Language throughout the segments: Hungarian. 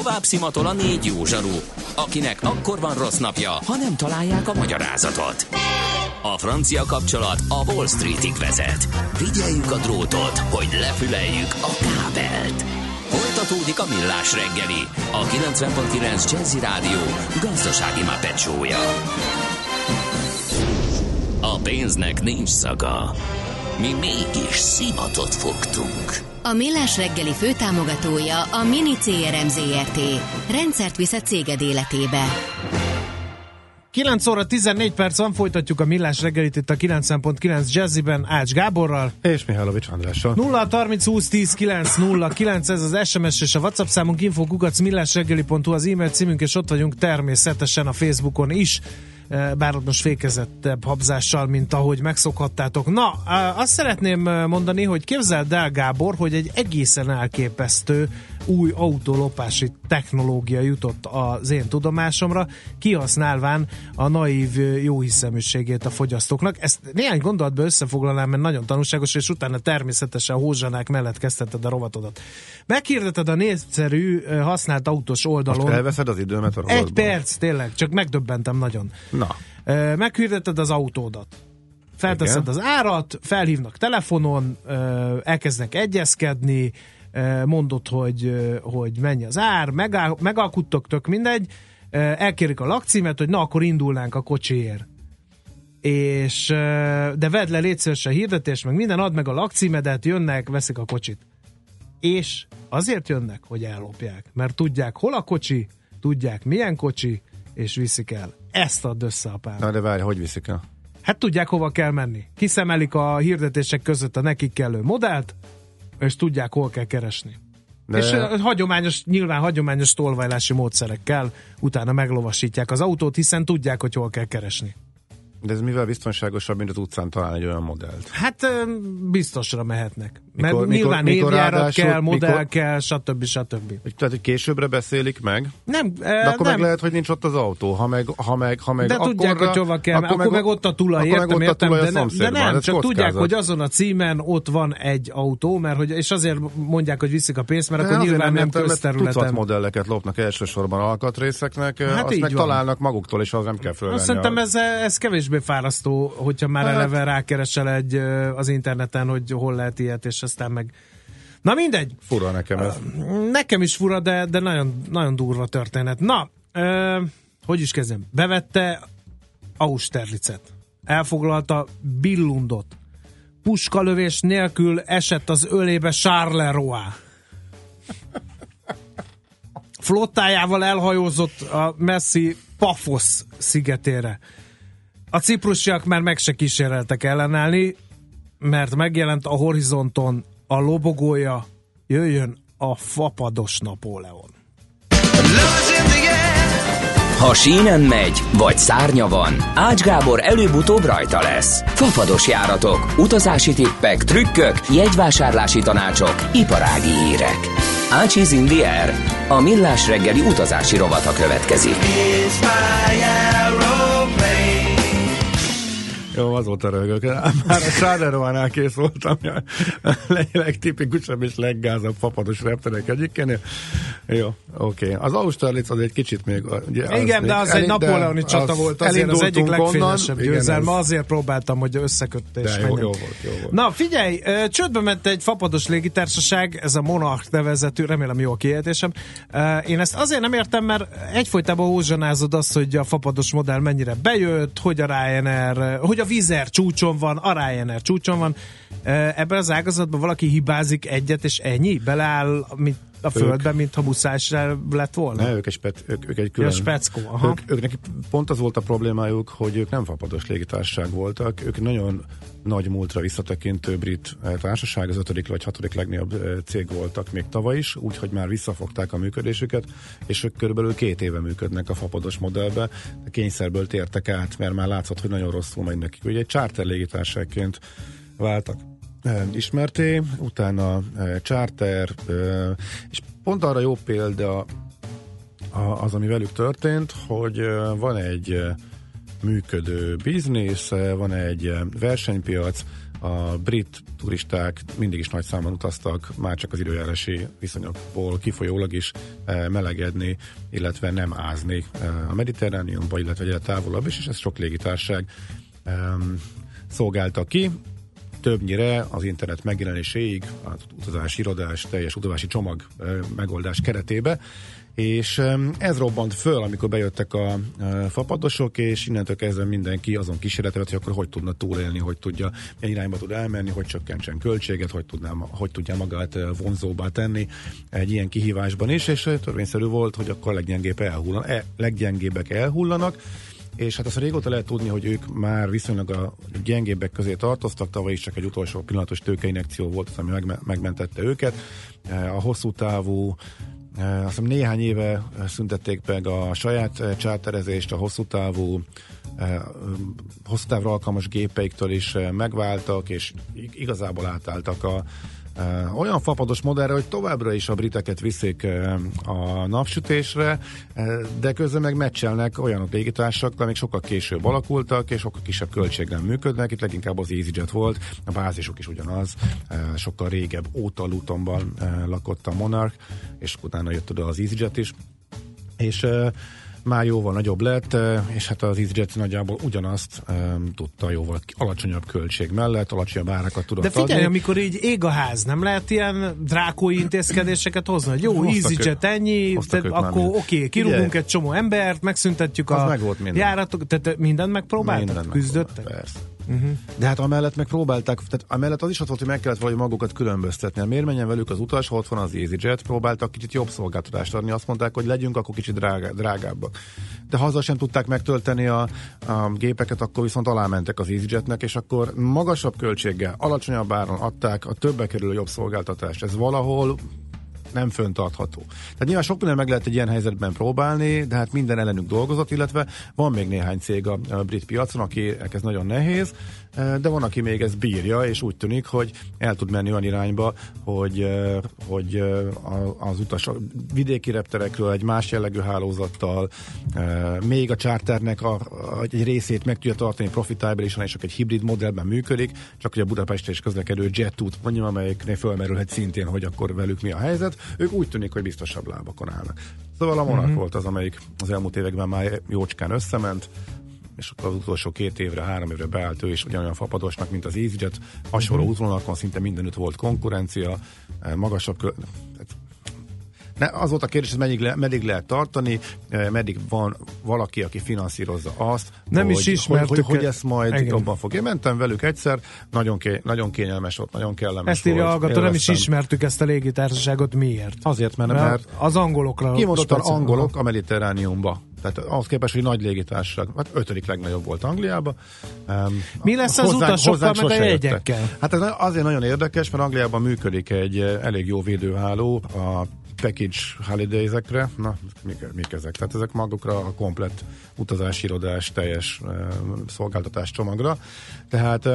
tovább szimatol a négy jó zsaru, akinek akkor van rossz napja, ha nem találják a magyarázatot. A francia kapcsolat a Wall Streetig vezet. Figyeljük a drótot, hogy lefüleljük a kábelt. Folytatódik a Millás reggeli, a 90.9 Jazzy Rádió gazdasági Muppet show-ja. A pénznek nincs szaga. Mi mégis szimatot fogtunk. A Millás reggeli főtámogatója a Mini CRM Zrt. Rendszert visz a céged életébe. 9 óra 14 perc van, folytatjuk a Millás reggelit itt a 90.9 Jazzyben Ács Gáborral. És Mihálovics Andrással. 0-30 20 10 909 ez az SMS és a WhatsApp számunk info@millásreggeli.hu az e-mail címünk, és ott vagyunk természetesen a Facebookon is, bár ott most fékezettebb habzással, mint ahogy megszokhattátok. Na, azt szeretném mondani, hogy képzeld el, Gábor, hogy egy egészen elképesztő új autólopási technológia jutott az én tudomásomra, kihasználván a naív jóhiszeműségét a fogyasztóknak. Ezt néhány gondolatban összefoglalnám, mert nagyon tanulságos, és utána természetesen a hózsanák mellett kezdheted a rovatodat. Meghirdeted a népszerű használt autós oldalon. Most elveszed az időmet a rovatból. Egy perc, tényleg, csak megdöbbentem nagyon. Na. Meghirdeted az autódat. Felteszed az árat, felhívnak telefonon, elkezdenek egyezkedni, mondod, hogy mennyi az ár, megalkuttok, tök mindegy, elkérik a lakcímet, hogy na, akkor indulnánk a kocsiért. És de vedd le, légy szíves a hirdetés, meg minden, add meg a lakcímedet, jönnek, veszik a kocsit. És azért jönnek, hogy ellopják, mert tudják, hol a kocsi, tudják, milyen kocsi, és viszik el. Ezt add össze a pár. Na de várj, hogy viszik el? Hát tudják, hova kell menni. Kiszemelik a hirdetések között a nekik kellő modellt, és tudják, hol kell keresni. De... És nyilván hagyományos tolvajlási módszerekkel utána meglovasítják az autót, hiszen tudják, hogy hol kell keresni. De ez mivel biztonságosabb, mint az utcán találni egy olyan modellt? Hát biztosra mehetnek. Mert nyilván évjárat kell, modell kell, stb. Tehát, hogy későbbre beszélik meg? Nem. De akkor nem. meg lehet, hogy nincs ott az autó. Ha meg de akkorra, tudják, hogy hova kell, akkor meg ott a tulaj, értem, de nem, csak tudják, hogy azon a címen ott van egy autó, mert hogy, és azért mondják, hogy viszik a pénzt, mert akkor nyilván nem közterületen. Tucat modelleket lopnak elsősorban alkatrészeknek, hát azt meg találnak maguktól, és az nem kell fölvenni. Szerintem ez kevésbé fárasztó, hogyha már eleve rákeresel az interneten, hogy hol lehet ilyet, és aztán meg... Na mindegy. Fura nekem ez. Nekem is fura, de nagyon, nagyon durva történet. Na, hogy is kezdem? Bevette Austerlitzet. Elfoglalta Billundot. Puskalövés nélkül esett az ölébe Charleroi. Flottájával elhajózott a messzi Paphos szigetére. A ciprusiak már meg se kíséreltek ellenállni, mert megjelent a horizonton a lobogója, jöjjön a fapados Napóleon. Ha sínen megy, vagy szárnya van, Ács Gábor előbb-utóbb rajta lesz. Fafados járatok, utazási tippek, trükkök, jegyvásárlási tanácsok, iparági hírek. Ácsiz in the air. A Millás reggeli utazási rovata következik. Jó, azóta rögök. Már a Charleroi-nál kész voltam. Legtipikusabb és leggázabb fapados repterek egyikkénél. Jó, oké. Az Austerlitz az egy kicsit még... Ugye, igen, de az egy napóleoni csata volt, azért az egyik legfényesebb győzelme. Azért próbáltam, hogy összekötte és jó volt. Na figyelj, csődbe ment egy fapados légitársaság, ez a Monarch nevezetű, remélem jó a kiejtésem. Én ezt azért nem értem, mert egyfolytában hózsanázod azt, hogy a fapados modell mennyire bejött, hogy a Ryanair, hogy a Wizz Air csúcson van, a Ryanair csúcson van. Ebben az ágazatban valaki hibázik egyet, és ennyi? Beleáll a földbe, mintha muszáj lett volna? Ne, ők egy külön... speckó, aha. Ők neki pont az volt a problémájuk, hogy ők nem fapados légitársaság voltak, ők nagyon nagy múltra visszatekintő brit társaság, az 5. vagy 6. legnagyobb cég voltak még tavaly is, úgyhogy már visszafogták a működésüket, és ők körülbelül 2 éve működnek a fapados modellbe, kényszerből tértek át, mert már látszott, hogy nagyon rosszul megy nekik. Ugye egy charter légitársaságként váltak ismerté, utána charter, és pont arra jó példa az, ami velük történt, hogy van egy működő biznisz, van egy versenypiac, A brit turisták mindig is nagy számban utaztak, már csak az időjárási viszonyokból kifolyólag is melegedni, illetve nem ázni a Mediterrániumba, illetve egyre távolabb is, és ez sok légitársaság szolgálta ki. Többnyire az internet megjelenéséig, az utazási irodás, teljes utazási csomag megoldás keretébe, és ez robbant föl, amikor bejöttek a fapadosok, és innentől kezdve mindenki azon kísérletet, hogy akkor hogy tudna túlélni, hogy tudja, milyen irányba tud elmenni, hogy csökkentsen költséget, hogy tudja magát vonzóbbá tenni egy ilyen kihívásban is, és törvényszerű volt, hogy akkor a leggyengébbek elhullanak, és hát azt régóta lehet tudni, hogy ők már viszonylag a gyengébbek közé tartoztak, tavaly is csak egy utolsó pillanatos tőkeinjekció volt az, ami megmentette őket. A hosszú távú, azt hiszem néhány éve szüntették meg a saját charterezést, a hosszú távra alkalmas gépeiktől is megváltak, és igazából átálltak olyan fapados modellre, hogy továbbra is a briteket viszik a napsütésre, de közben meg meccselnek olyanok légitársak, amik sokkal később alakultak, és sokkal kisebb költségben működnek. Itt leginkább az EasyJet volt, a bázisuk is ugyanaz, sokkal régebb óta Lutonban lakott a Monarch, és utána jött oda az EasyJet is, és már jóval nagyobb lett, és hát az EasyJet nagyjából ugyanazt tudta jóval alacsonyabb költség mellett, alacsonyabb árakat tudott adni. De figyelj, amikor így ég a ház, nem lehet ilyen drákói intézkedéseket hozni, hogy jó, EasyJet ennyi, akkor oké, kirúgunk egy csomó embert, megszüntetjük a járatok, tehát mindent megpróbáltak, küzdöttek? Persze. De hát amellett megpróbálták, tehát amellett az is ott volt, hogy meg kellett valahogy magukat különböztetni. Miért menjen velük az utas, ott van az EasyJet, próbáltak kicsit jobb szolgáltatást adni, azt mondták, hogy legyünk akkor kicsit drágábbak. De ha azzal sem tudták megtölteni a gépeket, akkor viszont alámentek az EasyJetnek, és akkor magasabb költséggel, alacsonyabb áron adták a többe kerülő jobb szolgáltatást. Ez valahol nem föntartható. Tehát nyilván sok minden meg lehet egy ilyen helyzetben próbálni, de hát minden ellenük dolgozott, illetve van még néhány cég a brit piacon, akinek ez nagyon nehéz, de van, aki még ezt bírja, és úgy tűnik, hogy el tud menni olyan irányba, hogy az utas vidéki repterekről egy más jellegű hálózattal, még a charternek egy részét meg tudja tartani profitábilisan, és csak egy hibrid modellben működik, csak hogy a Budapestre is közlekedő JetTut, mondjam, amelyiknél fölmerülhet szintén, hogy akkor velük mi a helyzet. Ők úgy tűnik, hogy biztosabb lábakon állnak. Szóval a Monarch volt az, amelyik az elmúlt években már jócskán összement, és akkor az utolsó 2 évre, 3 évre beállt ő is ugyanolyan fapadosnak, mint az EasyJet. Hasonló útvonalakon szinte mindenütt volt konkurencia, magasabb az volt a kérdés, hogy meddig lehet tartani, meddig van valaki, aki finanszírozza azt, nem hogy, is ismertük, hogy ezt majd jobban fog. Én mentem velük egyszer, nagyon kényelmes volt, nagyon kellemes ezt írja volt. Hallgató, nem is ismertük ezt a légitársaságot, miért? Azért, mert az angolokra. Kimondottan angolok a Mediterrániumba. Tehát ahhoz képest, hogy nagy légitársaság, hát 5. legnagyobb volt Angliában. Mi lesz az utasokkal meg a jegyekkel? Hát ez azért nagyon érdekes, mert Angliában működik egy elég jó védőháló a package holidays-ekre. Na, mik ezek? Tehát ezek magukra a komplett utazási irodás, teljes szolgáltatás csomagra. Tehát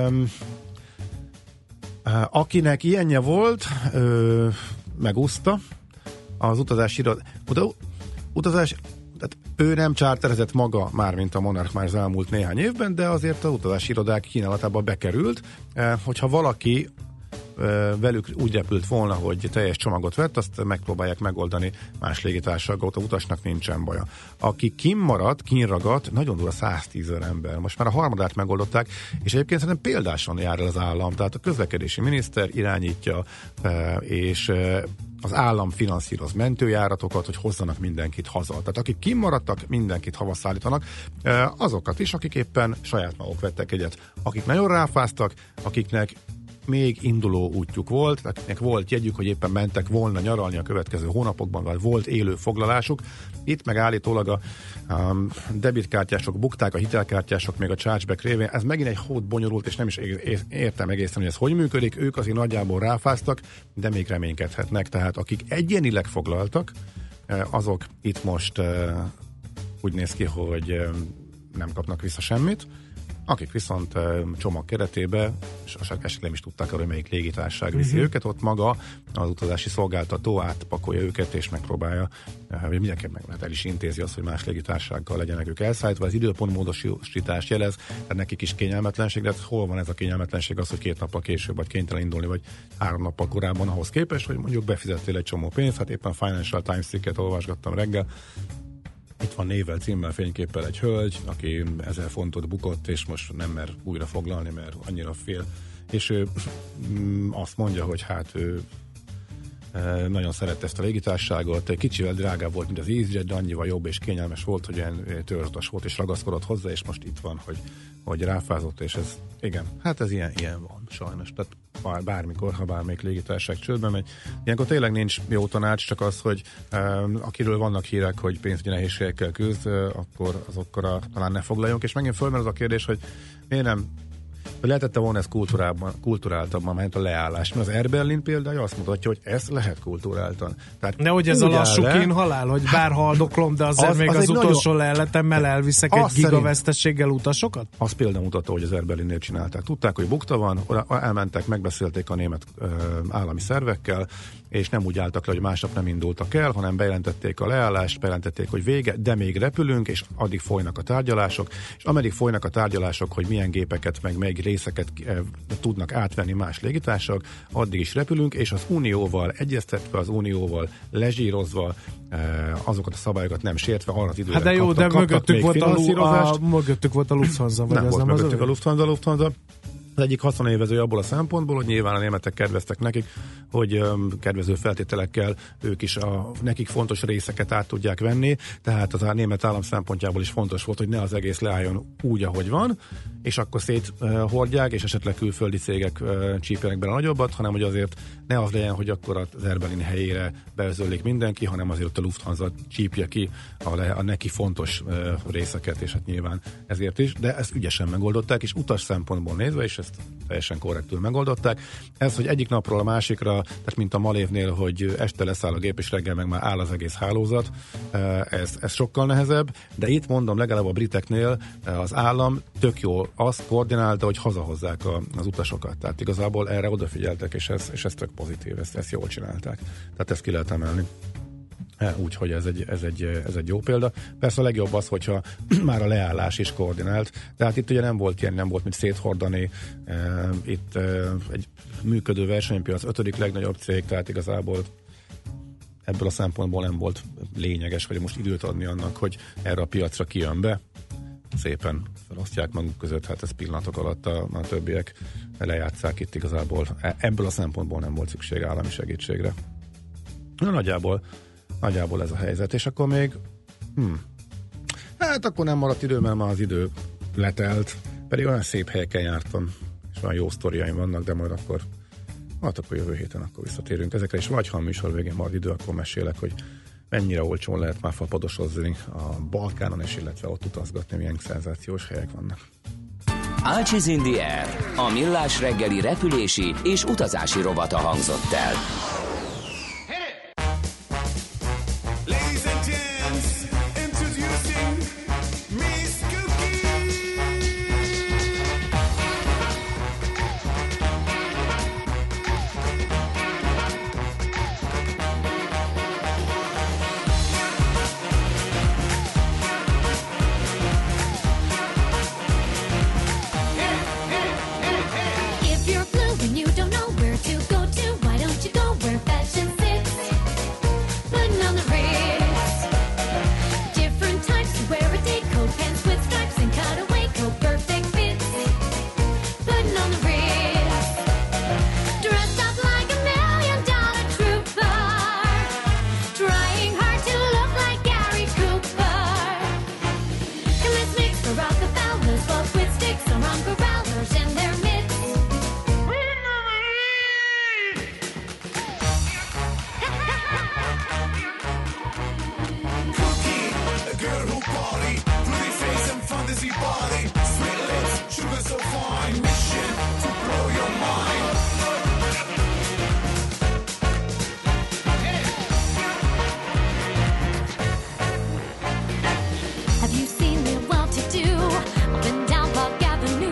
akinek ilyenje volt, megúszta az utazási utazás, tehát ő nem charterezett maga, már mint a Monarch már az elmúlt néhány évben, de azért az utazási irodák kínálatába bekerült. Hogyha valaki velük úgy repült volna, hogy teljes csomagot vett, azt megpróbálják megoldani más légitársasággal, a utasnak nincsen baja. Aki kínragadt, nagyon durva 110 000 ember. Most már a harmadát megoldották, és egyébként szerintem példáson jár el az állam, tehát a közlekedési miniszter irányítja, és az állam finanszíroz mentőjáratokat, hogy hozzanak mindenkit haza. Tehát akik kimaradtak, mindenkit havaszállítanak, azokat is, akik éppen saját maguk vettek egyet. Akik nagyon ráfáztak, akiknek még induló útjuk volt, akiknek volt jegyük, hogy éppen mentek volna nyaralni a következő hónapokban, vagy volt élő foglalásuk. Itt meg állítólag a debitkártyások bukták, a hitelkártyások még a chargeback révén. Ez megint egy hót bonyolult, és nem is értem egészen, hogy ez hogy működik. Ők azért nagyjából ráfáztak, de még reménykedhetnek. Tehát akik egyénileg foglaltak, azok itt most úgy néz ki, hogy nem kapnak vissza semmit. akik viszont csomag keretébe, és esetleg nem is tudták arra, hogy melyik légitársaság viszi őket, ott maga az utazási szolgáltató átpakolja őket, és megpróbálja, hogy mindenképp meg el is intézi azt, hogy más légitársasággal legyenek ők elszállítva. Az időpontmódosítást jelez, tehát nekik is kényelmetlenség, de hol van ez a kényelmetlenség az, hogy 2 nappal később vagy kénytelen indulni, vagy 3 nappal korábban ahhoz képest, hogy mondjuk befizettél egy csomó pénzt, hát éppen Financial Times cikket olvasgattam reggel. Itt van névvel, címmel, fényképpel egy hölgy, aki 1000 fontot bukott, és most nem mer újra foglalni, mert annyira fél. És ő azt mondja, hogy hát ő nagyon szerette ezt a légitársaságot, kicsivel drágább volt, mint az EasyJet, de annyival jobb és kényelmes volt, hogy ilyen törzsutas volt, és ragaszkodott hozzá, és most itt van, hogy ráfázott, és ez, igen, hát ez ilyen van, sajnos. Tehát bármikor, ha bármelyik légitársaság csődbe megy. Ilyenkor tényleg nincs jó tanács, csak az, hogy akiről vannak hírek, hogy pénzügyi nehézségekkel küzd, akkor azokkora talán ne foglaljunk, és megint fölmerül az a kérdés, hogy miért nem lehetette volna ez kulturáltabban, mert a leállás. Mert az Air Berlin példája azt mutatja, hogy ez lehet kulturáltan. Tehát nehogy ez a lassú kínhalál, hogy bár haldoklom, de azért még az utolsó leheletemmel elviszek egy gigavesztességgel utasokat? Az példamutató, hogy az Air Berlinnél csinálták. Tudták, hogy bukta van, elmentek, megbeszélték a német állami szervekkel, és nem úgy álltak le, hogy másnap nem indultak el, hanem bejelentették a leállást, bejelentették, hogy vége, de még repülünk, és addig folynak a tárgyalások, és ameddig folynak a tárgyalások, hogy milyen gépeket, meg melyik részeket tudnak átvenni más légitársaságok, addig is repülünk, és az Unióval egyeztetve, az Unióval lezsírozva, azokat a szabályokat nem sértve, arra az időre hát de jó, de mögöttük volt a Lufthansa, vagy nem ez volt nem mögöttük a Lufthansa. Az egyik haszonélvezője abból a szempontból, hogy nyilván a németek kedveztek nekik, hogy kedvező feltételekkel ők is nekik fontos részeket át tudják venni, tehát az a német állam szempontjából is fontos volt, hogy ne az egész leálljon úgy, ahogy van, és akkor széthordják, és esetleg külföldi cégek csípjenek bele nagyobbat, hanem hogy azért ne az legyen, hogy akkor az Air Berlin helyére beözölik mindenki, hanem azért a Lufthansa csípje ki a neki fontos részeket, és hát nyilván ezért is, de ezt ügyesen megoldották, és utas szempontból nézve, és ezt teljesen korrektül megoldották. Ez, hogy egyik napról a másikra, tehát mint a Malévnél, hogy este leszáll a gép, és reggel meg már áll az egész hálózat, ez sokkal nehezebb, de itt mondom, legalább a briteknél az állam tök jól azt koordinálta, hogy hazahozzák az utasokat. Tehát igazából erre odafigyeltek, és ez tök pozitív, ezt jól csinálták. Tehát ezt ki lehet emelni. Úgyhogy ez egy jó példa. Persze a legjobb az, hogyha már a leállás is koordinált. Tehát itt ugye nem volt mit széthordani. Itt egy működő versenypiac, 5. legnagyobb cég, tehát igazából ebből a szempontból nem volt lényeges, hogy most időt adni annak, hogy erre a piacra kijön be. Szépen felosztják maguk között, hát ez pillanatok alatt a többiek lejátszák itt igazából. Ebből a szempontból nem volt szükség állami segítségre. Na, nagyjából ez a helyzet, és akkor még hát akkor nem maradt idő, mert már az idő letelt, pedig olyan szép helyeken jártam, és olyan jó sztoriaim vannak, de majd akkor jövő héten akkor visszatérünk ezekre, és vagy ha a műsor végén marad idő, akkor mesélek, hogy mennyire olcsón lehet már fapadosozni a Balkánon, és illetve ott utazgatni, milyen szenzációs helyek vannak. Ácsiz in the Air, a millás reggeli repülési és utazási rovata hangzott el. Have you seen me well-to-do up and down Park Avenue?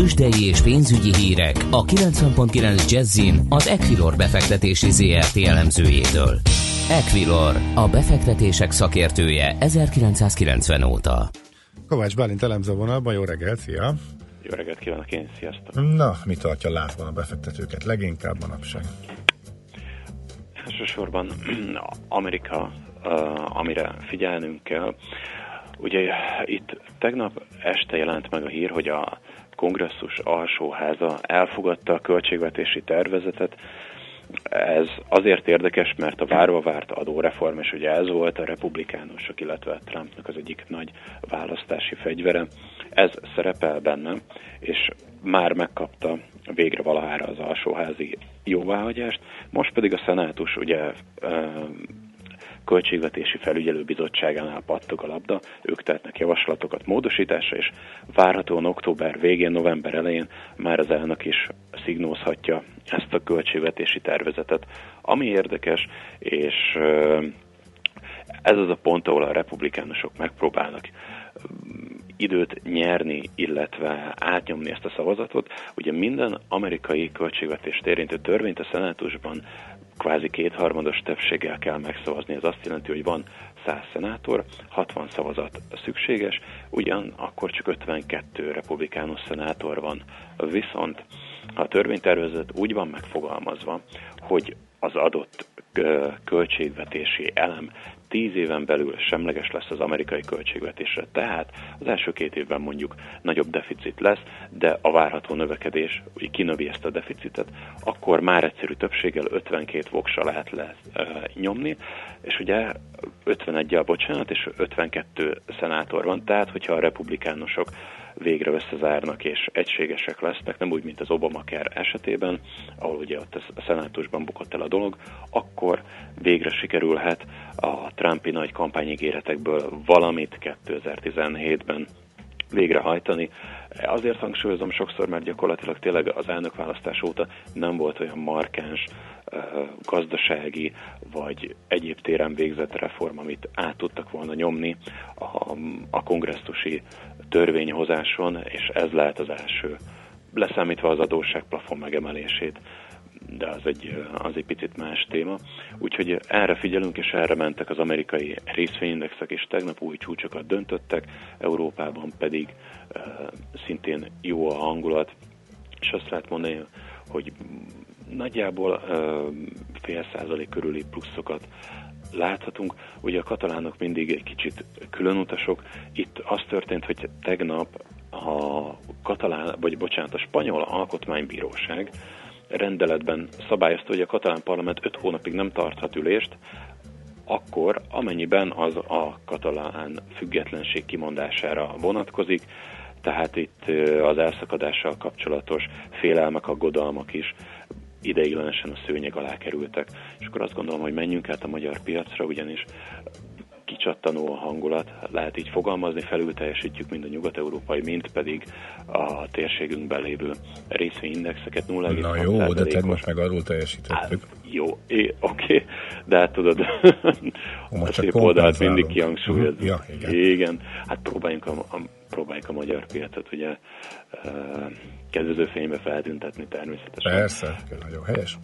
Tőzsdei és pénzügyi hírek a 90.9 Jazzin az Equilor befektetési ZRT elemzőjétől. Equilor, a befektetések szakértője 1990 óta. Kovács Bálint elemző vonalban, jó reggelt, szia! Jó reggelt kívánok én, sziasztok! Na, mi tartja lábban a befektetőket leginkább manapság? Elsősorban Amerika, amire figyelnünk kell. Ugye itt tegnap este jelent meg a hír, hogy a kongresszus alsóháza elfogadta a költségvetési tervezetet. Ez azért érdekes, mert a várva várt adóreform, és ugye ez volt a republikánusok, illetve Trumpnak az egyik nagy választási fegyvere. Ez szerepel benne, és már megkapta végre valahára az alsóházi jóváhagyást. Most pedig a szenátus ugye költségvetési felügyelőbizottságánál pattog a labda, ők tehetnek javaslatokat módosításra, és várhatóan október végén, november elején már az elnök is szignózhatja ezt a költségvetési tervezetet. Ami érdekes, és ez az a pont, ahol a republikánusok megpróbálnak időt nyerni, illetve átnyomni ezt a szavazatot. Ugye minden amerikai költségvetést érintő törvényt a szenátusban kvázi kétharmados többséggel kell megszavazni. Ez azt jelenti, hogy van 100 szenátor, 60 szavazat szükséges, ugyanakkor csak 52 republikánus szenátor van. Viszont a törvénytervezet úgy van megfogalmazva, hogy az adott költségvetési elem 10 éven belül semleges lesz az amerikai költségvetésre. Tehát az első 2 évben mondjuk nagyobb deficit lesz, de a várható növekedés úgy kinövi ezt a deficitet, akkor már egyszerű többséggel 52 voksa lehet nyomni, és ugye 51-jel bocsánat, és 52 szenátor van, tehát hogyha a republikánusok végre összezárnak és egységesek lesznek, nem úgy, mint az Obamacare esetében, ahol ugye ott a szenátusban bukott el a dolog, akkor végre sikerülhet a Trumpi nagy kampányígéretekből valamit 2017-ben végrehajtani. Azért hangsúlyozom sokszor, mert gyakorlatilag tényleg az elnökválasztás óta nem volt olyan markáns gazdasági vagy egyéb téren végzett reform, amit át tudtak volna nyomni a kongresszusi törvényhozáson, és ez lehet az első, leszámítva az adósságplafon megemelését, de az egy picit más téma. Úgyhogy erre figyelünk, és erre mentek az amerikai részvényindexek, és tegnap új csúcsokat döntöttek, Európában pedig szintén jó a hangulat, és azt lehet mondani, hogy nagyjából 0,5% körüli pluszokat láthatunk. Ugye a katalánok mindig egy kicsit különutasok. Itt az történt, hogy tegnap a spanyol alkotmánybíróság rendeletben szabályozta, hogy a katalán parlament 5 hónapig nem tarthat ülést, akkor amennyiben az a katalán függetlenség kimondására vonatkozik, tehát itt az elszakadással kapcsolatos félelmek, aggodalmak is ideiglenesen a szőnyeg alá kerültek. És akkor azt gondolom, hogy menjünk át a magyar piacra, ugyanis kicsattanó a hangulat, lehet így fogalmazni, felül teljesítjük mind a nyugat-európai, mind pedig a térségünkben lévő részvényindexeket 0,6%. Na jó, de tegnap meg arról teljesítettük. Jó, oké, de hát tudod, a szép oldalt mindig kihangsúlyozni. Ja, igen, hát próbáljuk a magyar piacot ugye kedvező fénybe feltüntetni természetesen. Persze, nagyon helyes.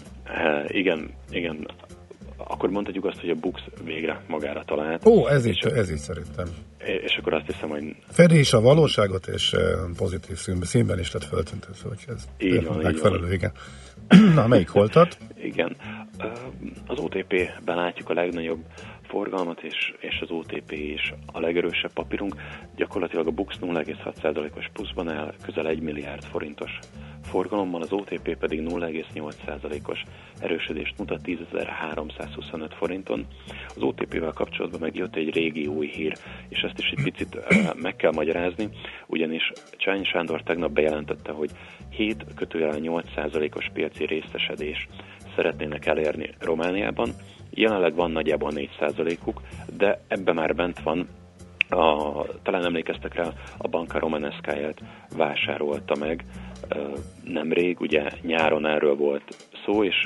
Igen. Akkor mondhatjuk azt, hogy a Bux végre magára talált. Ó, ez így szerintem. És akkor azt hiszem, hogy... Fedi is a valóságot, és pozitív színben is lett föltüntetve, hogy ez így van, megfelelő, igen. Na, melyik holtat? Igen. Az OTP-ben látjuk a legnagyobb forgalmat, és az OTP is a legerősebb papírunk. Gyakorlatilag a Bux 0,6%-os pluszban áll, közel 1 milliárd forintos forgalommal, az OTP pedig 0,8%-os erősödést mutat 10.325 forinton. Az OTP-vel kapcsolatban megjött egy régi új hír, és ezt is egy picit meg kell magyarázni, ugyanis Csányi Sándor tegnap bejelentette, hogy 7-8%-os piaci részesedés szeretnének elérni Romániában. Jelenleg van nagyjából 4%-uk, de ebben már bent van, talán emlékeztek rá, a Banca Romanescáját vásárolta meg nemrég, ugye nyáron erről volt szó, és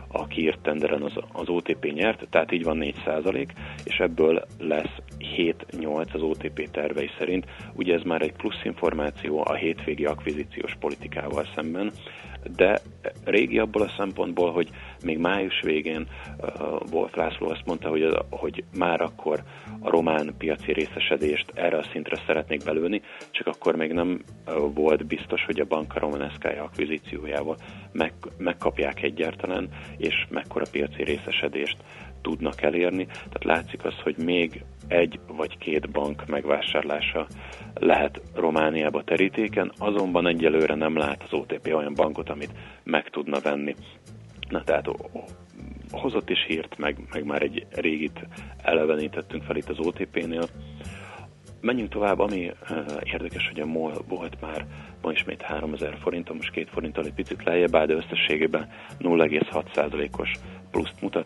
a kiírt tenderen az OTP nyert, tehát így van 4%, és ebből lesz 7-8 az OTP tervei szerint. Ugye ez már egy plusz információ a hétvégi akvizíciós politikával szemben, de régi abból a szempontból, hogy még május végén Wolf László azt mondta, hogy már akkor a román piaci részesedést erre a szintre szeretnék belőni, csak akkor még nem volt biztos, hogy a Banca Romanescaja akvizíciójával megkapják egyáltalán, és mekkora piaci részesedést tudnak elérni. Tehát látszik az, hogy még egy vagy két bank megvásárlása lehet Romániába terítéken, azonban egyelőre nem lát az OTP olyan bankot, amit meg tudna venni. Na tehát hozott is hírt, meg már egy régit elevenítettünk fel itt az OTP-nél. Menjünk tovább, ami érdekes, hogy a MOL volt már ma ismét 3000 forinton, most 2 forinttal egy picit lejjebb áll, de összességében 0,6%-os pluszt mutat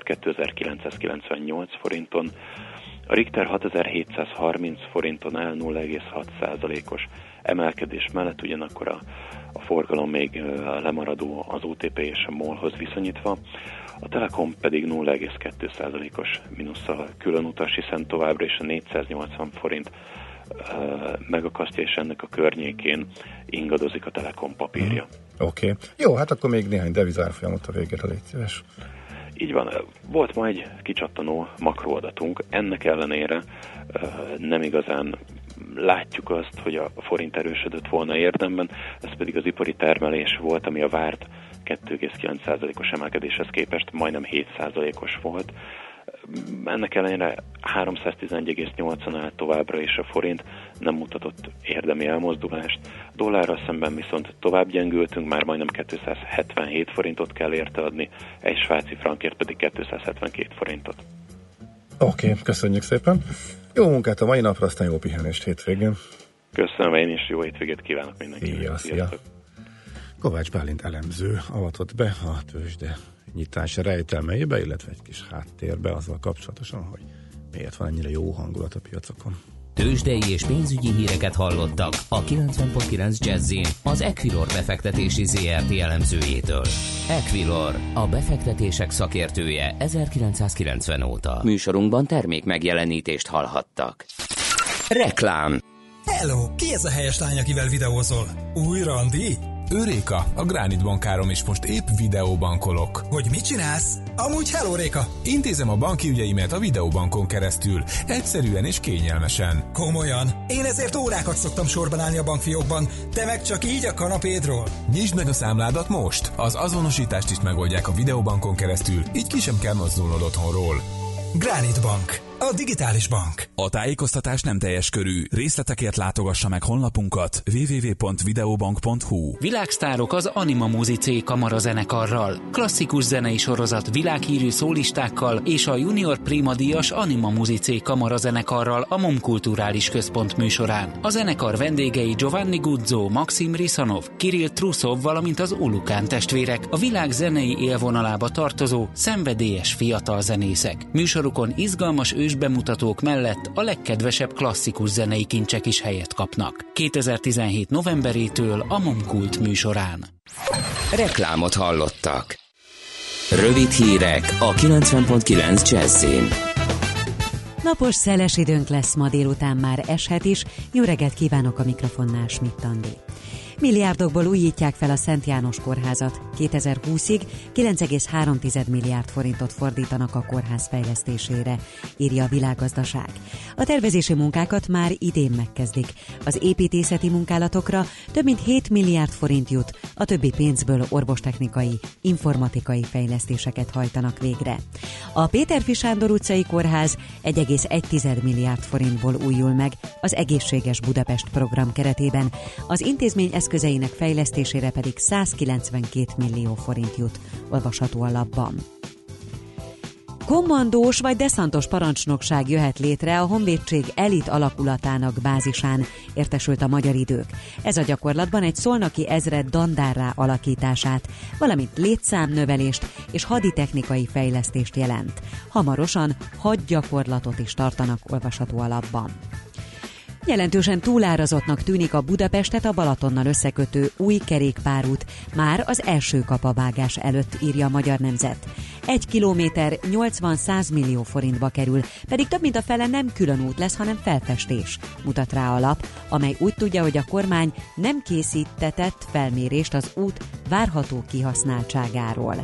2998 forinton. A Richter 6730 forinton áll 0,6%-os emelkedés mellett, ugyanakkor a forgalom még lemaradó az OTP és a MOL-hoz viszonyítva. A Telekom pedig 0,2%-os mínusszal külön utas, hiszen továbbra is a 480 forint megakasztja, és ennek a környékén ingadozik a Telekom papírja. Oké. Jó, hát akkor még néhány devizárfolyamot a végére, légy szíves. Így van. Volt ma egy kicsattanó makroadatunk, ennek ellenére nem igazán látjuk azt, hogy a forint erősödött volna érdemben, ez pedig az ipari termelés volt, ami a várt 2,9%-os emelkedéshez képest majdnem 7%-os volt. Ennek ellenére 311,8-an állt továbbra is a forint, nem mutatott érdemi elmozdulást. Dollárral szemben viszont tovább gyengültünk, már majdnem 277 forintot kell érte adni, egy svájci frankért pedig 272 forintot. Oké, köszönjük szépen. Jó munkát a mai napra, aztán jó pihenést hétvégén. Köszönöm, én is jó hétvégét kívánok mindenkinek. Szia. Kovács Bálint elemző avatott be a tőzsde nyitás rejtelmeibe, illetve egy kis háttérbe azzal kapcsolatosan, hogy miért van ennyire jó hangulat a piacokon. Tőzsdei és pénzügyi híreket hallottak a 90.9 Jazzin az Equilor befektetési ZRT elemzőjétől. Equilor, a befektetések szakértője 1990 óta. Műsorunkban termék megjelenítést hallhattak. Reklám. Hello, ki ez a helyes lány, akivel videózol? Új randi? Ő Réka, a Granit bankárom, és most épp videóbankolok. Hogy mit csinálsz? Amúgy hello, Réka! Intézem a banki ügyeimet a videóbankon keresztül, egyszerűen és kényelmesen. Komolyan? Én ezért órákat szoktam sorban állni a bankfiókban, te meg csak így a kanapédról. Nyisd meg a számládat most! Az azonosítást is megoldják a videóbankon keresztül, így ki sem kell mozdulnod otthonról. Granit Bank, a digitális bank. A tájékoztatás nem teljes körű. Részletekért látogassa meg honlapunkat www.videobank.hu. Világsztárok az Anima Musicé kamarazenekarral, klasszikus zenei sorozat világhírű szólistákkal és a Junior Prima díjas Anima Musicé kamarazenekarral a MOM Kulturális Központ műsorán. A zenekar vendégei Giovanni Guzzo, Maxim Risanov, Kirill Trusov, valamint az Ulukán testvérek, a világ zenei élvonalába tartozó, szenvedélyes fiatal zenészek. Műsorukon izgalmas ősbemutatók mellett a legkedvesebb klasszikus zenei kincsek is helyet kapnak. 2017 novemberétől a MOM Kult műsorán. Reklámot hallottak. Rövid hírek a 90.9 Jazzin. Napos, szeles időnk lesz, ma délután már eshet is. Jó reggelt kívánok, a mikrofonnál Schmidt Andi. Milliárdokból újítják fel a Szent János kórházat. 2020-ig 9,3 milliárd forintot fordítanak a kórház fejlesztésére, írja a Világgazdaság. A tervezési munkákat már idén megkezdik. Az építészeti munkálatokra több mint 7 milliárd forint jut, a többi pénzből orvostechnikai, informatikai fejlesztéseket hajtanak végre. A Péterfi Sándor utcai kórház 1,1 milliárd forintból újul meg az Egészséges Budapest program keretében, az intézmény eszközeinek fejlesztésére pedig 192 millió forint jut, olvasható a lapban. Kommandós vagy deszantos parancsnokság jöhet létre a honvédség elit alakulatának bázisán, értesült a Magyar Idők. Ez a gyakorlatban egy szolnoki ezred dandárrá alakítását, valamint létszámnövelést és haditechnikai fejlesztést jelent. Hamarosan hadgyakorlatot is tartanak, olvasható a lapban. Jelentősen túlárazottnak tűnik a Budapestet a Balatonnal összekötő új kerékpárút már az első kapavágás előtt, írja a Magyar Nemzet. 1 kilométer 80-100 millió forintba kerül, pedig több mint a fele nem külön út lesz, hanem felfestés, mutat rá a lap, amely úgy tudja, hogy a kormány nem készítetett felmérést az út várható kihasználtságáról.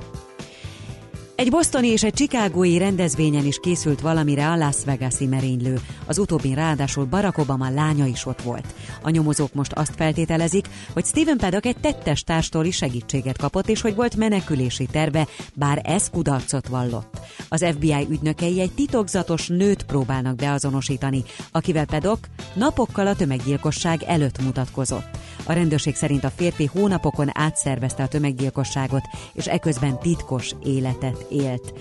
Egy bostoni és egy chicagói rendezvényen is készült valamire a Las Vegas-i merénylő. Az utóbbin ráadásul Barack Obama lánya is ott volt. A nyomozók most azt feltételezik, hogy Stephen Paddock egy tettes társtól is segítséget kapott, és hogy volt menekülési terve, bár ez kudarcot vallott. Az FBI ügynökei egy titokzatos nőt próbálnak beazonosítani, akivel Paddock napokkal a tömeggyilkosság előtt mutatkozott. A rendőrség szerint a férfi hónapokon átszervezte a tömeggyilkosságot, és eközben titkos életet élt.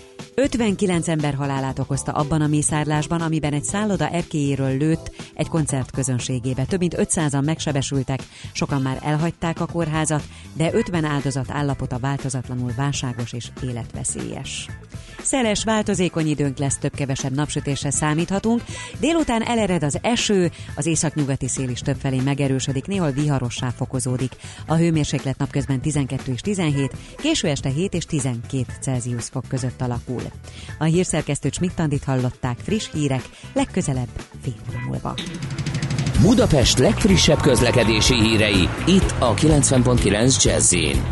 59 ember halálát okozta abban a mészárlásban, amiben egy szálloda erkélyéről lőtt egy koncert közönségébe. Több mint 500-an megsebesültek, sokan már elhagyták a kórházat, de 50 áldozat állapota változatlanul válságos és életveszélyes. Szeles, változékony időnk lesz, több-kevesebb napsütésre számíthatunk. Délután elered az eső, az északnyugati szél is többfelé megerősödik, néhol viharossá fokozódik. A hőmérséklet napközben 12 és 17, késő este 7 és 12 Celsius fok között alakul. A hírszerkesztő Schmidt-Andit hallották, friss hírek, legközelebb fél óra múlva. Budapest legfrissebb közlekedési hírei, itt a 90.9 Jazz-in.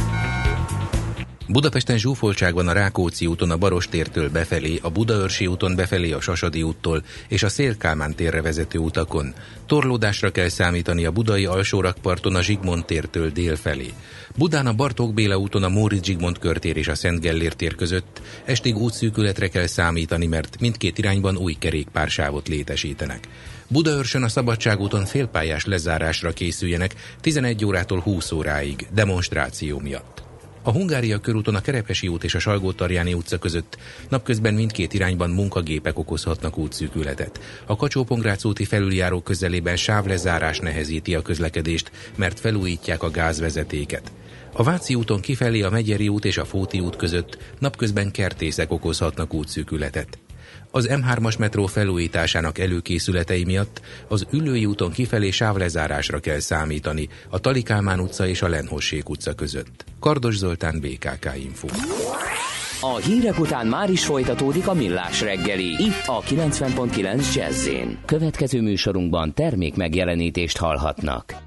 Budapesten zsúfoltság van a Rákóczi úton a Barostértől befelé, a Budaörsi úton befelé a Sasadi úttól és a Széll-Kálmán térre vezető utakon. Torlódásra kell számítani a budai alsórakparton a Zsigmond tértől délfelé. Budán a Bartók Béla úton a Móricz Zsigmond körtér és a Szent Gellér tér között estig útszűkületre kell számítani, mert mindkét irányban új kerékpársávot létesítenek. Budaörsön a Szabadságúton félpályás lezárásra készüljenek 11 órától 20 óráig demonstráció miatt. A Hungária körúton a Kerepesi út és a Salgó-Tarjáni utca között napközben mindkét irányban munkagépek okozhatnak útszűkületet. A Kacsó-Pongrác úti felüljáró közelében sávlezárás nehezíti a közlekedést, mert felújítják a gázvezetéket. A Váci úton kifelé a Megyeri út és a Fóti út között napközben kertészek okozhatnak útszűkületet. Az M3-as metró felújításának előkészületei miatt az Üllői úton kifelé sávlezárásra kell számítani a Tali-Kálmán utca és a Lenhossék utca között. Kardos Zoltán, BKK Info. A hírek után már is folytatódik a Millás reggeli, itt a 90.9 Jazz-én. Következő műsorunkban termék megjelenítést hallhatnak.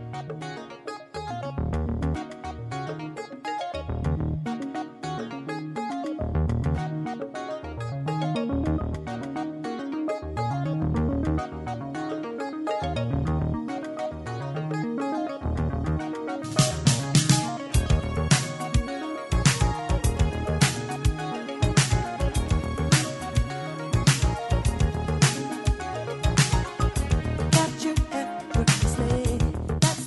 Got your effortlessly.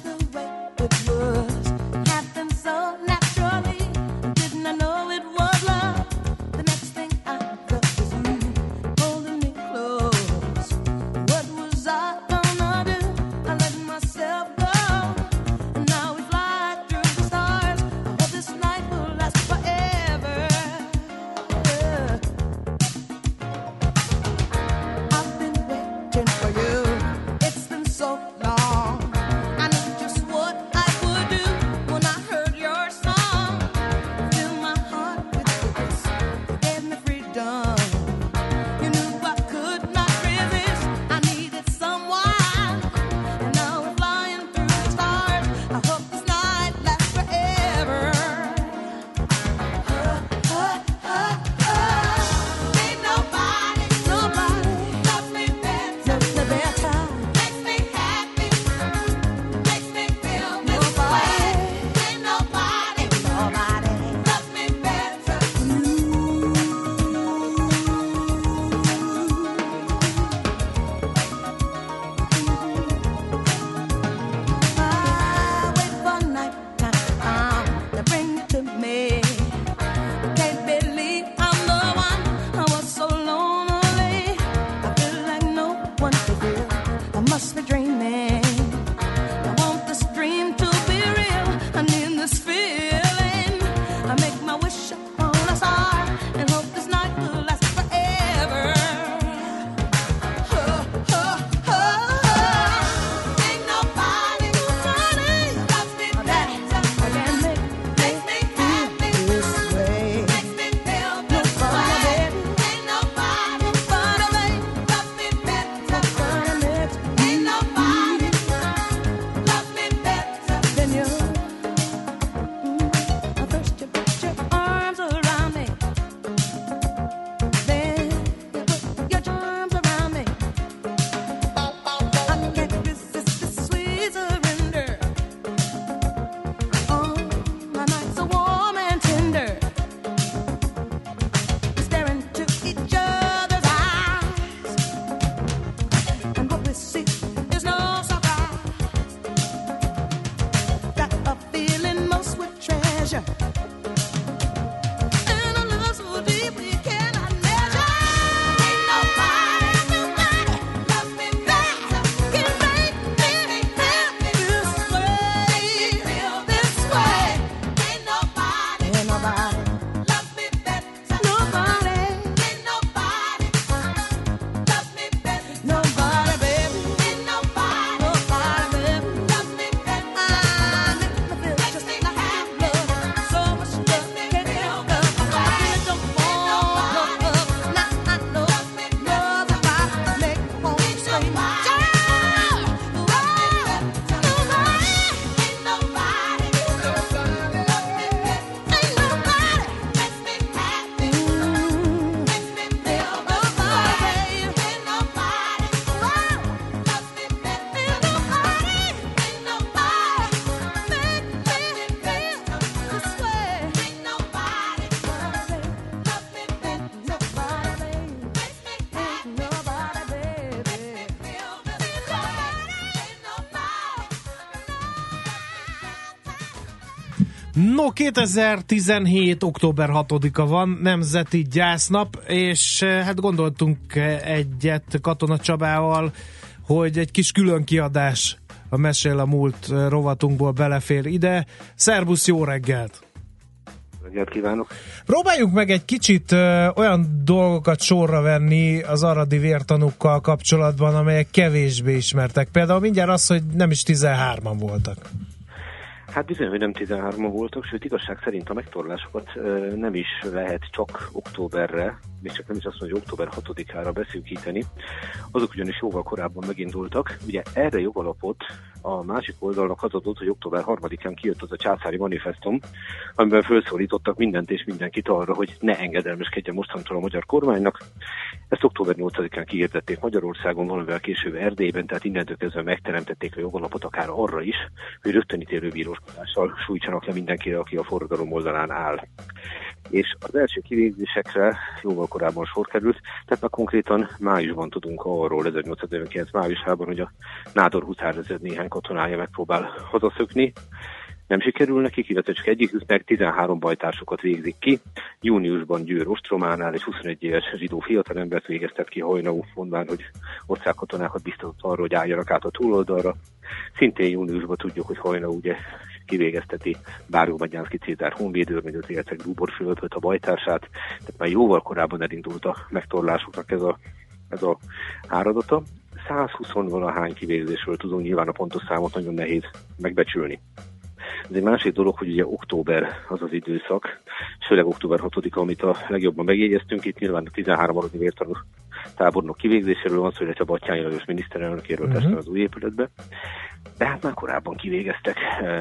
No, 2017. október 6-a van, Nemzeti Gyásznap, és hát gondoltunk egyet Katona Csabával, hogy egy kis külön kiadás a Mesél a múlt rovatunkból belefér ide. Szerbusz, jó reggelt! Reggelt kívánok! Próbáljuk meg egy kicsit olyan dolgokat sorra venni az aradi vértanúkkal kapcsolatban, amelyek kevésbé ismertek. Például mindjárt az, hogy nem is 13-an voltak. Hát bizony, hogy nem 13-an voltak, sőt igazság szerint a megtorlásokat nem is lehet csak októberre, még csak nem is azt mondja, hogy október 6-ára beszűkíteni. Azok ugyanis jóval korábban megindultak. Ugye erre jogalapot a másik oldalnak az adott, hogy október 3-án kijött az a császári manifestum, amiben felszólítottak mindent és mindenkit arra, hogy ne engedelmeskedjen mostantól a magyar kormánynak. Ezt október 8-án kihirdették Magyarországon, valamivel később Erdélyben, tehát innentől kezdve megteremtették a jogalapot akár arra is, hogy rögtönítélő bíróskodással sújtsanak le mindenkire, aki a forradalom oldalán áll. És az első kivégzésekre jóval korábban sor került, tehát már konkrétan májusban tudunk arról, 1849 májusában, hogy a Nádor Huszárezred néhány katonája megpróbál hazaszökni. Nem sikerül nekik, illetve csak egyiküknek 13 bajtársukat végzik ki. Júniusban Győr ostrománál egy 21 éves zsidó fiatalembert végeztet ki Hajnau, mondván, hogy osztrák katonákat biztatott arra, hogy álljanak át a túloldalra. Szintén júniusban tudjuk, hogy Hajnau ugye kivégezteti Báró-Magyánszky Cézár honvédőrmegyet, illetve Grúbor Fülöpöt, a bajtársát. Tehát már jóval korábban elindult a megtorlásoknak ez a áradata. 120-valahány kivégzésről tudunk, nyilván a pontos számot nagyon nehéz megbecsülni. Ez egy másik dolog, hogy ugye október az az időszak, és főleg október 6-a, amit a legjobban megjegyeztünk, itt nyilván a 13 aradi vértanú tábornok kivégzéséről van szó, illetve Batthyány Lajos miniszterelnökéről testen az új épületbe. De hát már korábban kivégeztek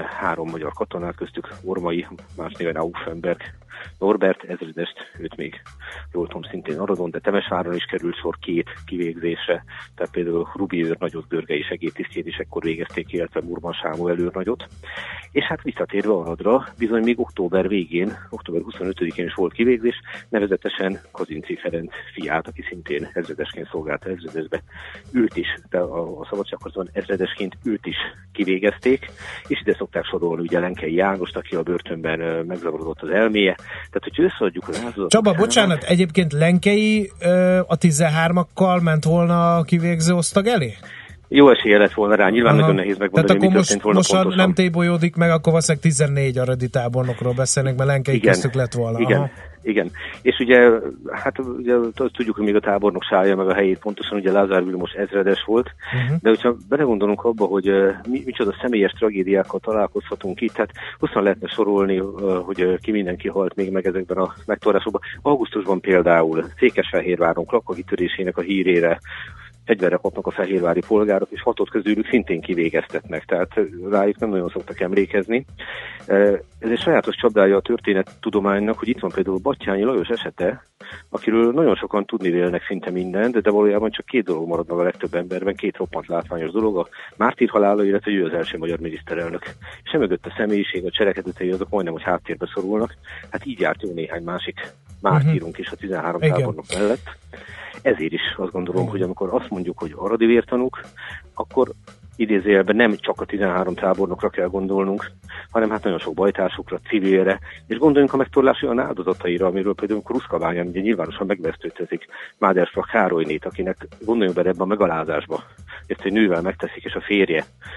3 magyar katonát, köztük Ormai, más néven Auffenberg, Norbert ezredest, őt még jól tudom szintén Aradon, de Temesváron is került sor 2 kivégzésre, tehát például Rubi őrnagyot, Görgei segédtisztjét is ekkor végezték, illetve Murman Sámuel őrnagyot. És hát visszatérve Aradra, bizony még október végén, október 25-én is volt kivégzés, nevezetesen Kazinczy Ferenc fiát, aki szintén ezredesként szolgálta ezredesbe, őt is, de a szabadságharcban ezredesként őt is kivégezték, és ide szokták sorolni ugye Lenkei Jánost, aki a börtönben megzavarodott az elméje. Tehát, hogyha összeadjuk az áldozatot... Csaba, bocsánat, egyébként Lenkei a 13-akkal ment volna a kivégző osztag elé? Jó esélye lett volna rá, nyilván nagyon nehéz megmondani, hogy mi történt volna pontosan. Most nem tébolyodik meg, akkor valószínűleg 14 aradi tábornokról beszélnek, mert Lenkei köztük lett volna. Igen. És ugye, hát ugye tudjuk, hogy még a tábornok sálja meg a helyét, pontosan ugye Lázár Vilmos ezredes volt, de hogyha belegondolunk abba, hogy micsoda személyes tragédiákkal találkozhatunk itt, hát hosszan lehetne sorolni, hogy ki mindenki halt még meg ezekben a megtorlásokban. Augusztusban például Székesfehérváron klakkakitörésének a hírére fegyverre kapnak a fehérvári polgárok, és 6 közülük szintén kivégeztetnek, tehát rájuk nem nagyon szoktak emlékezni. Ez egy sajátos csapdája a történettudománynak, hogy itt van például Batthyány Lajos esete, akiről nagyon sokan tudni vélnek szinte mindent, de valójában csak 2 dolog marad meg a legtöbb emberben, 2 roppant látványos dolog, a mártír halála, illetve ő az első magyar miniszterelnök. És emögött a személyiség, a cselekedetei azok majdnem, hogy háttérbe szorulnak. Hát így járt jó néhány másik mártírunk is a 13 tábornok mellett. Ezért is azt gondolom, hogy amikor azt mondjuk, hogy aradi vértanúk, akkor idézőjelben nem csak a 13 tábornokra kell gondolnunk, hanem hát nagyon sok bajtársukra, civilre, és gondoljunk a megtorlás olyan áldozataira, amiről például Kruszkabányán ugye nyilvánosan megvesztőtezik Mádersfrak Károlynét, akinek gondoljunk bele ebben a megalázásba, ezt egy nővel megteszik, és a férje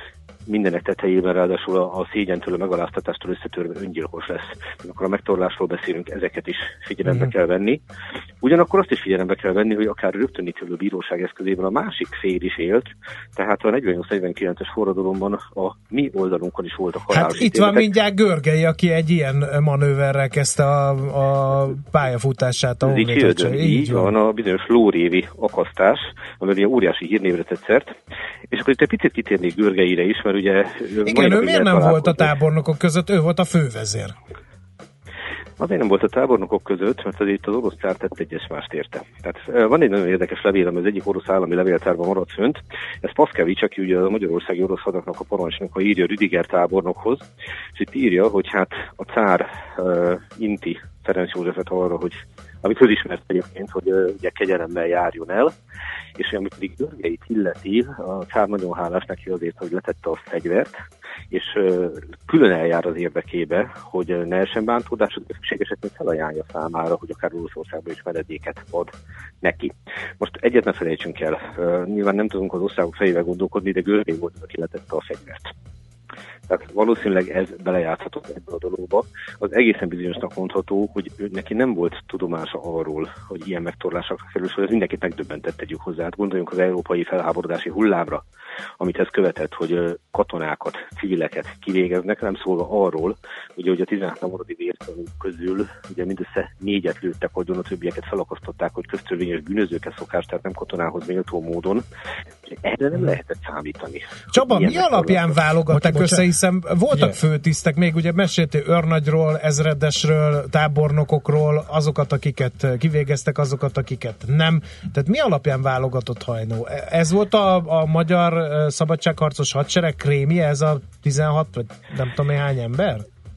mindenek tetejében ráadásul a szégyentől, a megaláztatástól összetörve öngyilkos lesz. Amikor a megtorlásról beszélünk, ezeket is figyelembe kell venni. Ugyanakkor azt is figyelembe kell venni, hogy akár rögtönítő bíróság eszközében a másik fél is élt, tehát a 48-49-es forradalomban a mi oldalunkon is voltak halálos Hát itt van mindjárt Görgei, aki egy ilyen manőverrel kezdte a pályafutását. Így van, a bizonyos lórévi akasztás, ami ugye óriási hírnévre tett szert. És akkor itt egy picit kitérnék Görgeire is, mert ugye... Igen, ő miért nem volt a tábornokok között? Ő volt a fővezér. Azért nem volt a tábornokok között, mert azért az orosz cár tett egyes mást érte. Tehát van egy nagyon érdekes levél, ami az egyik orosz állami levéltárban maradt fönt. Ez Paszkevics, aki ugye a magyarországi orosz hadaknak a parancsnoka, írja Rüdiger tábornokhoz, és itt írja, hogy hát a cár inti Ferenc Józsefet arra, hogy ami közismert egyébként, hogy ugye kegyelemmel járjon el, és ami pedig Görgeit illeti, a cár nagyon hálás neki azért, hogy letette a fegyvert, és külön eljár az érdekébe, hogy ne essen bántódás, hogy szükségesetben felajánlja számára, hogy akár Oroszországban is menedéket ad neki. Most egyet ne felejtsünk el, nyilván nem tudunk az országok fejével gondolkodni, de Görgei volt, aki letette a fegyvert. Tehát valószínűleg ez belejátszhatott ebbe a dologba. Az egészen bizonyosnak mondható, hogy neki nem volt tudomása arról, hogy ilyen megtorlásokra kerül, hogy ez mindenkit megdöbbentett, tegyük hozzá. Hát gondoljunk az európai felháborodási hullámra, amit ez követett, hogy katonákat, civileket kivégeznek, nem szólva arról, ugye, hogy a 16 maradi vértanúk közül ugye mindössze 4-et lőttek agyon, a többieket felakasztották, hogy köztörvényes bűnözőket szokás, tehát nem katonához méltó módon. Erre nem lehetett számítani. Csaba, mi alapján válogatták össze, hiszen voltak főtisztek, még ugye meséltél őrnagyról, ezredesről, tábornokokról, azokat, akiket kivégeztek, azokat, akiket nem. Tehát mi alapján válogatott Hajnó? Ez volt a magyar szabadságharcos hadsereg krémje, ez a 16, vagy nem tudom hány ember?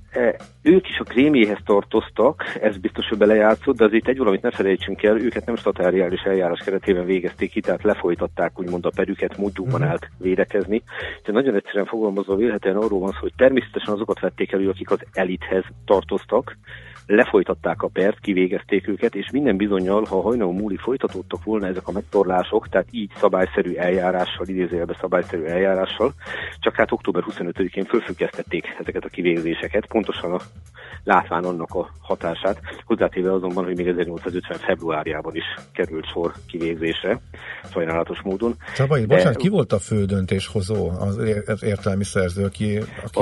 Ők is a krémjéhez tartoztak, ez biztos, hogy belejátszott, de azért egy valamit ne felejtsünk el, őket nem statáriális eljárás keretében végezték ki, tehát lefolytatták úgymond a perüket, módjukban állt védekezni. Tehát nagyon egyszerűen fogalmazva vélhetően arról van szó, hogy természetesen azokat vették elő, akik az elithez tartoztak, lefolytatták a pert, kivégezték őket, és minden bizonnyal, ha hajnal múlik folytatódtak volna ezek a megtorlások, tehát így szabályszerű eljárással, idézőjelben szabályszerű eljárással, csak hát október 25-én fölfüggesztették ezeket a kivégzéseket, pontosan látván annak a hatását, hozzátéve azonban, hogy még 1850 februárjában is került sor kivégzésre, sajnálatos módon. Csabai, bocsánat, ki volt a fő döntéshozó, az értelmi szerző, aki...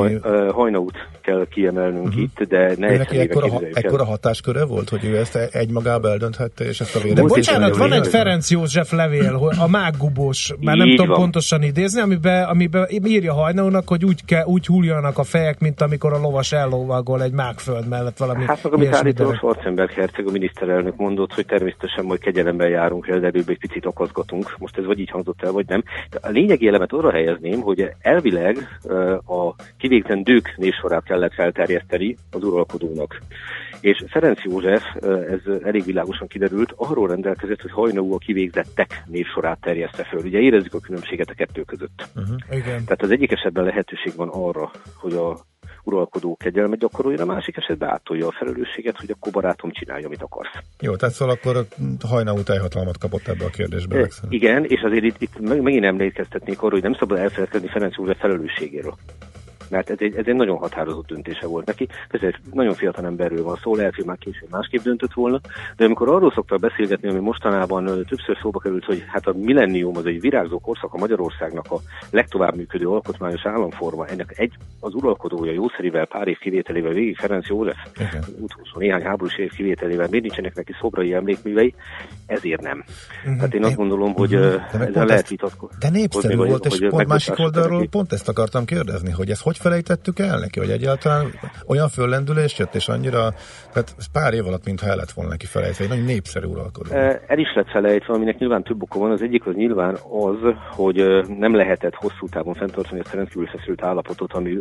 Hajnaut kell kiemelnünk itt, de ne ekkora hatásköre volt, hogy ő ezt egymagába eldönthette, és ezt a védelmet... De bocsánat, van egy Ferenc József levél, a mággubós, már nem tudom pontosan idézni, amiben írja Hajnaúnak, hogy úgy hulljanak a fejek, mint amikor a lovas ellovagol egy mágföld mellett valami. Hát meg amit állítólag Schwarzenberg herceg, a miniszterelnök mondott, hogy természetesen majd kegyelemben járunk el, de előbb egy picit okazgatunk. Most ez vagy így hangzott el, vagy nem. De a lényegi elemet arra helyezném, hogy elvileg a kivégzendők névsorát kellett felterjeszteni az uralkodónak. És Ferenc József, ez elég világosan kiderült, arról rendelkezett, hogy Hajnaú a kivégzettek névsorát terjeszte föl. Ugye érezzük a különbséget a kettő között. Igen. Tehát az egyik esetben lehetőség van arra, hogy a uralkodó kegyelmet gyakoroljon, a másik esetben átolja a felelősséget, hogy akkor barátom csinálja, amit akarsz. Jó, tehát szóval akkor Hajnaú teljhatalmat kapott ebbe a kérdésbe. Igen, és azért itt megint emlékeztetnék arra, hogy nem szabad elfeledkezni Ferenc József felelősségéről. Mert ez egy nagyon határozott döntése volt neki. Persze nagyon fiatal emberről van szó, lehet, hogy már később másképp döntött volna, de amikor arról szoktak beszélgetni, ami mostanában többször szóba került, hogy hát a millennium az egy virágzó korszak a Magyarországnak a legtovább működő alkotmányos államforma, ennek az uralkodója jószerivel, pár év kivételével végig Ferenc József, utolsó néhány háborús év kivételével, miért nincsenek neki szobrai emlékművei, ezért nem. Tehát én azt gondolom, hogy ezzel lehet vitatkozni. De népszerű volt, és pont másik oldalról pont ezt akartam kérdezni, hogy ez hogy felejtettük el neki, hogy egyáltalán olyan föllendülés jött, és annyira, tehát pár év alatt, mintha el lett volna neki felejtve, egy nagyon népszerű uralkodó. El is lett felejtve, aminek nyilván több oka van. Az egyik az nyilván az, hogy nem lehetett hosszú távon fenntartani ezt a rendkívül feszült állapotot, ami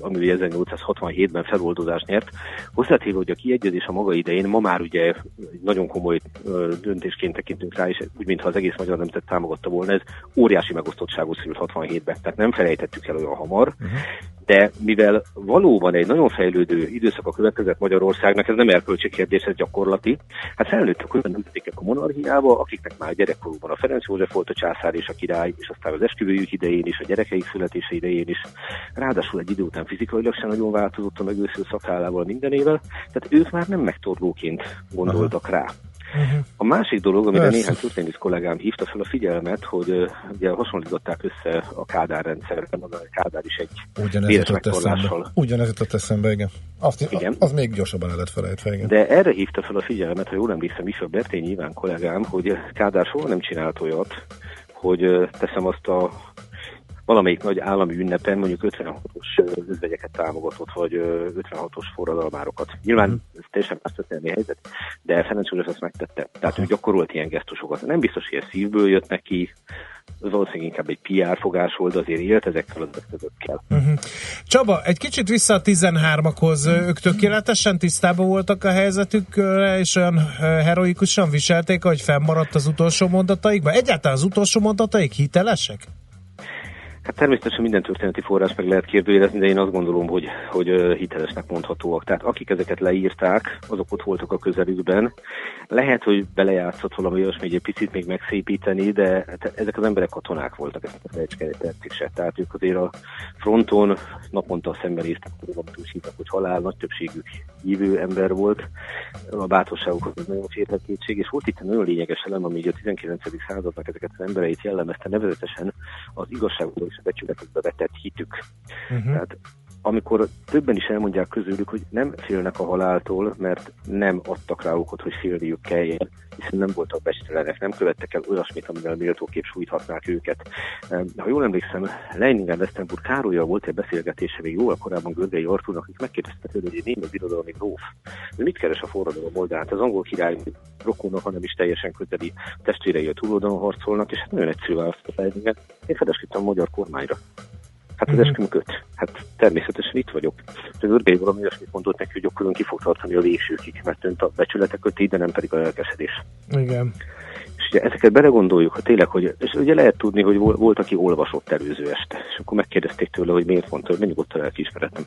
1867-ben feloldozást nyert. Hozzátéve, hogy a kiegyezés a maga idején, ma már ugye nagyon komoly döntésként tekintünk rá, és úgy, mintha az egész magyar nemzet támogatta volna, ez óriási megosztottságú szült 67-ben, tehát nem felejtettük el olyan hamar, De mivel valóban egy nagyon fejlődő időszak a következett Magyarországnak, ez nem erkölcsi kérdés, ez gyakorlati. Hát felnőttek olyan nemzetékek a monarchiába, akiknek már gyerekkorúban a Ferenc József volt a császár és a király, és aztán az esküvőjük idején is, a gyerekeik születése idején is. Ráadásul egy idő után fizikailag sem nagyon változott a megősző szakállával mindenével, tehát ők már nem megtorlóként gondoltak rá. A másik dolog, amire néhány történész kollégám hívta fel a figyelmet, hogy ugye hasonlították össze a Kádár rendszerben, a Kádár is egy véres megtorlással. Ugyanez jutott eszembe, igen. Az még gyorsabban el lett felejtve, igen. De erre hívta fel a figyelmet, ha jól emlékszem, Ifja Bertény Iván kollégám, hogy Kádár soha nem csinált olyat, hogy teszem azt a valamelyik nagy állami ünnepen mondjuk 56-os özvegyeket támogatott, vagy 56-os forradalmárokat. Nyilván ez teljesen más történelmi helyzet, de Ferenc József ezt megtette. Tehát ő gyakorolt ilyen gesztusokat. Nem biztos, hogy ez szívből jött neki, ez valószínűleg inkább egy PR fogás volt, de azért élt ezekkel az eszközökkel. Csaba, egy kicsit vissza a 13-akhoz. Ők tökéletesen tisztában voltak a helyzetükre, és olyan heroikusan viselték, hogy fennmaradt az utolsó mondataikban? Egyáltalán az utolsó mondataik hitelesek? Hát természetesen minden történeti forrás meg lehet kérdőjelezni, de én azt gondolom, hogy hitelesnek mondhatóak. Tehát akik ezeket leírták, azok ott voltak a közelükben. Lehet, hogy belejátszott valami olyasmi, egy picit még megszépíteni, de ezek az emberek katonák voltak, ezt a felejtsd se. Tehát ők azért a fronton naponta szembenéztek, amit úgy hívtak, hogy halál, nagy többségük hívő ember volt. A bátorságukhoz nagyon férhet kétség, és volt itt egy nagyon lényeges elem, ami a 19. századnak ezeket az embereit jellemezte, nevezetesen az igazságos és a becsületekbe vetett hitük. Tehát amikor többen is elmondják közülük, hogy nem félnek a haláltól, mert nem adtak rá okot, hogy félniük kelljen, hiszen nem voltak becstelenek, nem követtek el olyasmit, amivel méltóképp sújthatnák őket. Ha jól emlékszem, Leiningen-Westenburg Károlyal volt egy beszélgetése még jóval korábban Gördei Artúrnak, akik megkérdezte tőle, hogy egy német birodalmi gróf, hogy mit keres a forradalomból, de hát az angol király rokona, hanem is teljesen közeli testvérei a túloldalon harcolnak, és hát nagyon egyszerű választott Leningen. Én fedezkedtem a magyar kormányra. Hát az eskümköt. Hát természetesen itt vagyok. Az Gördei valami olyasmit mondott neki, hogy akkor ön ki fog tartani a végsőkig, mert önt a becsületek köti, de nem pedig a lelkesedés. Igen. És ugye ezeket belegondoljuk, ha tényleg, hogy, és ugye lehet tudni, hogy volt, aki olvasott előző este, és akkor megkérdezték tőle, hogy miért mondta, hogy mennyi volt a lelkiismeretem.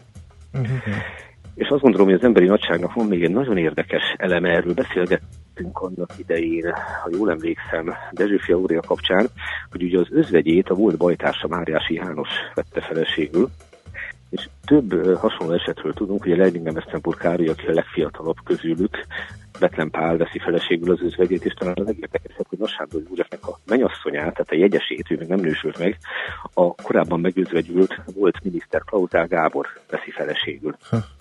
És azt gondolom, hogy az emberi nagyságnak van még egy nagyon érdekes eleme, erről beszélgettünk annak idején, ha jól emlékszem, Dezsőfi Aurélia kapcsán, hogy ugye az özvegyét a volt bajtársa Máriási János vette feleségül, és több hasonló esetről tudunk, hogy a Leiningen-Westenburg Károly, aki a legfiatalabb közülük, Bethlen Pál veszi feleségül az özvegyét, és talán a legérdekesebb, hogy Nagy Sándor Józsefnek a mennyasszonyát, tehát a jegyesét, ő még nem nősült meg, a korábban megözvegyült volt miniszter Klauzál Gábor veszi feleségül.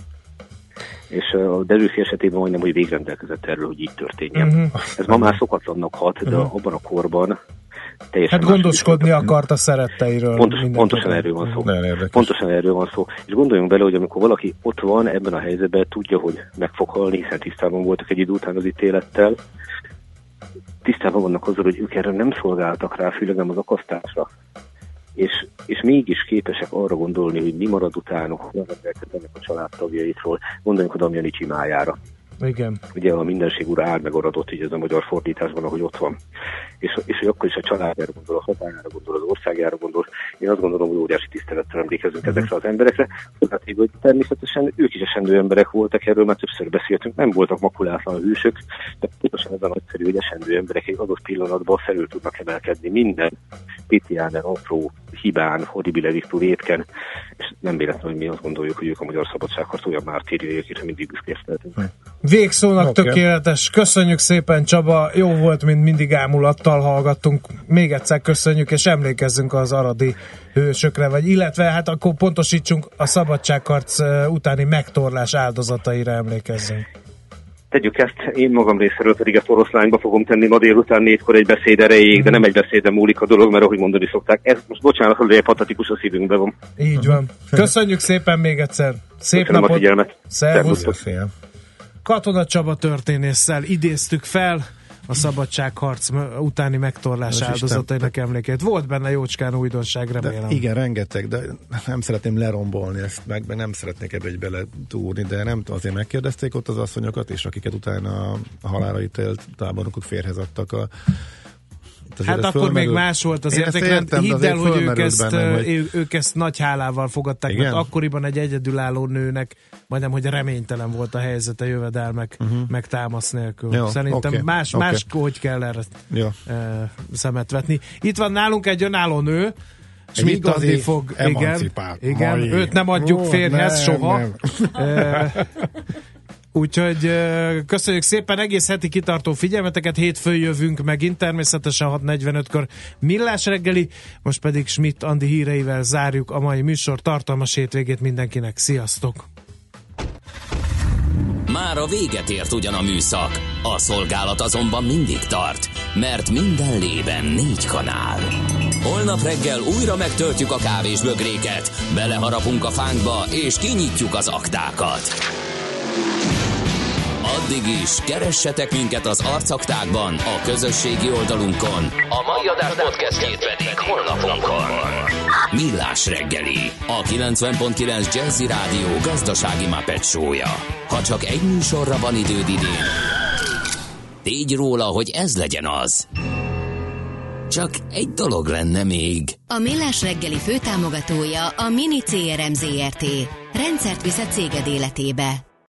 És a Dezsőfi esetében majdnem, hogy végrendelkezett erről, hogy így történjen. Ez ma már szokatlannak hat, de abban a korban teljesen hát gondoskodni akart a szeretteiről. Pontosan erről van szó. Pontosan erről van szó. És gondoljunk bele, hogy amikor valaki ott van ebben a helyzetben, tudja, hogy meg fog halni, hiszen tisztában voltak egy idő után az ítélettel, tisztában vannak azzal, hogy ők erre nem szolgáltak rá, főleg nem az akasztásra. És mégis képesek arra gondolni, hogy mi marad utánuk, hogyan rendelkeznek a családtagjaitról, gondoljunk a Damjanics imájára. Igen. Ugye a mindenség ura áll megaradott, így ez a magyar fordításban, ahogy ott van. És hogy akkor is a családjára gondol, a hatájára gondol, az országjára gondol. Én azt gondolom, hogy óriási tisztelettel emlékezünk ezekre az emberekre. Hát, hogy természetesen ők is esendő emberek voltak, erről már többször beszéltünk, nem voltak makulátlan hősök, de pontosan ez a nagyszerű, hogy esendő emberek egy adott pillanatban felül tudnak emelkedni minden pitiánen, apró hibán, horribile victu vétken, és nem véletlenül, hogy mi azt gondoljuk, hogy ők a magyar szabadságharc olyan mártírjai, akikre mindig büszkéztetünk. Végszónak tökéletes. Köszönjük szépen, Csaba. Jó volt, mint mindig ámulattal hallgattunk. Még egyszer köszönjük, és emlékezzünk az aradi hősökre, vagy illetve hát akkor pontosítsunk, a szabadságharc utáni megtorlás áldozataira emlékezzünk. Tegyük ezt, én magam részéről pedig ezt oroszlányba fogom tenni ma délután 4-kor egy beszéd erejéig, de nem egy beszéden múlik a dolog, mert ahogy mondani szokták, ez most bocsánat, hogy egy patatikus a szívünkben van. Így van. Köszönjük szépen még egyszer. Szép köszönöm napot. A figyelmet. Szervusz. Katona Csaba történésszel idéztük fel a szabadságharc utáni megtorlás áldozatainak emlékét. Volt benne jócskán újdonság, remélem. Igen, rengeteg, de nem szeretném lerombolni ezt, meg nem szeretnék ebbe egy beletúrni, de nem azért megkérdezték ott az asszonyokat, és akiket utána a halálra ítélt tábornokok férhez adtak Hát akkor még más volt az értékrend. Hidd el, hogy ők ezt nagy hálával fogadták, igen? Mert akkoriban egy egyedülálló nőnek majdnem, hogy reménytelen volt a helyzete jövedelmek meg támasz nélkül. Jó, szerintem más hogy kell erre szemet vetni. Itt van nálunk egy önálló nő, Schmidt Andi fog, igen, őt nem adjuk férjhez soha. Úgyhogy köszönjük szépen, egész heti kitartó figyelmeteket, hétfőn jövünk megint, természetesen 6:45-kor Millás reggeli, most pedig Schmidt Andi híreivel zárjuk a mai műsor, tartalmas hétvégét mindenkinek, sziasztok! Már a véget ért ugyan a műszak, a szolgálat azonban mindig tart, mert minden lében 4 kanál. Holnap reggel újra megtöltjük a kávésbögréket, beleharapunk a fánkba és kinyitjuk az aktákat. Addig is keressetek minket az arcaktákban, a közösségi oldalunkon. A mai adás podcastjét pedig honlapunkon. Millás reggeli, a 90.9 Jazzy Rádió gazdasági Muppet show-ja. Ha csak egy műsorra van időd idén, tégy róla, hogy ez legyen az. Csak egy dolog lenne még. A Millás reggeli főtámogatója a Mini CRM Zrt. Rendszert visz a céged életébe.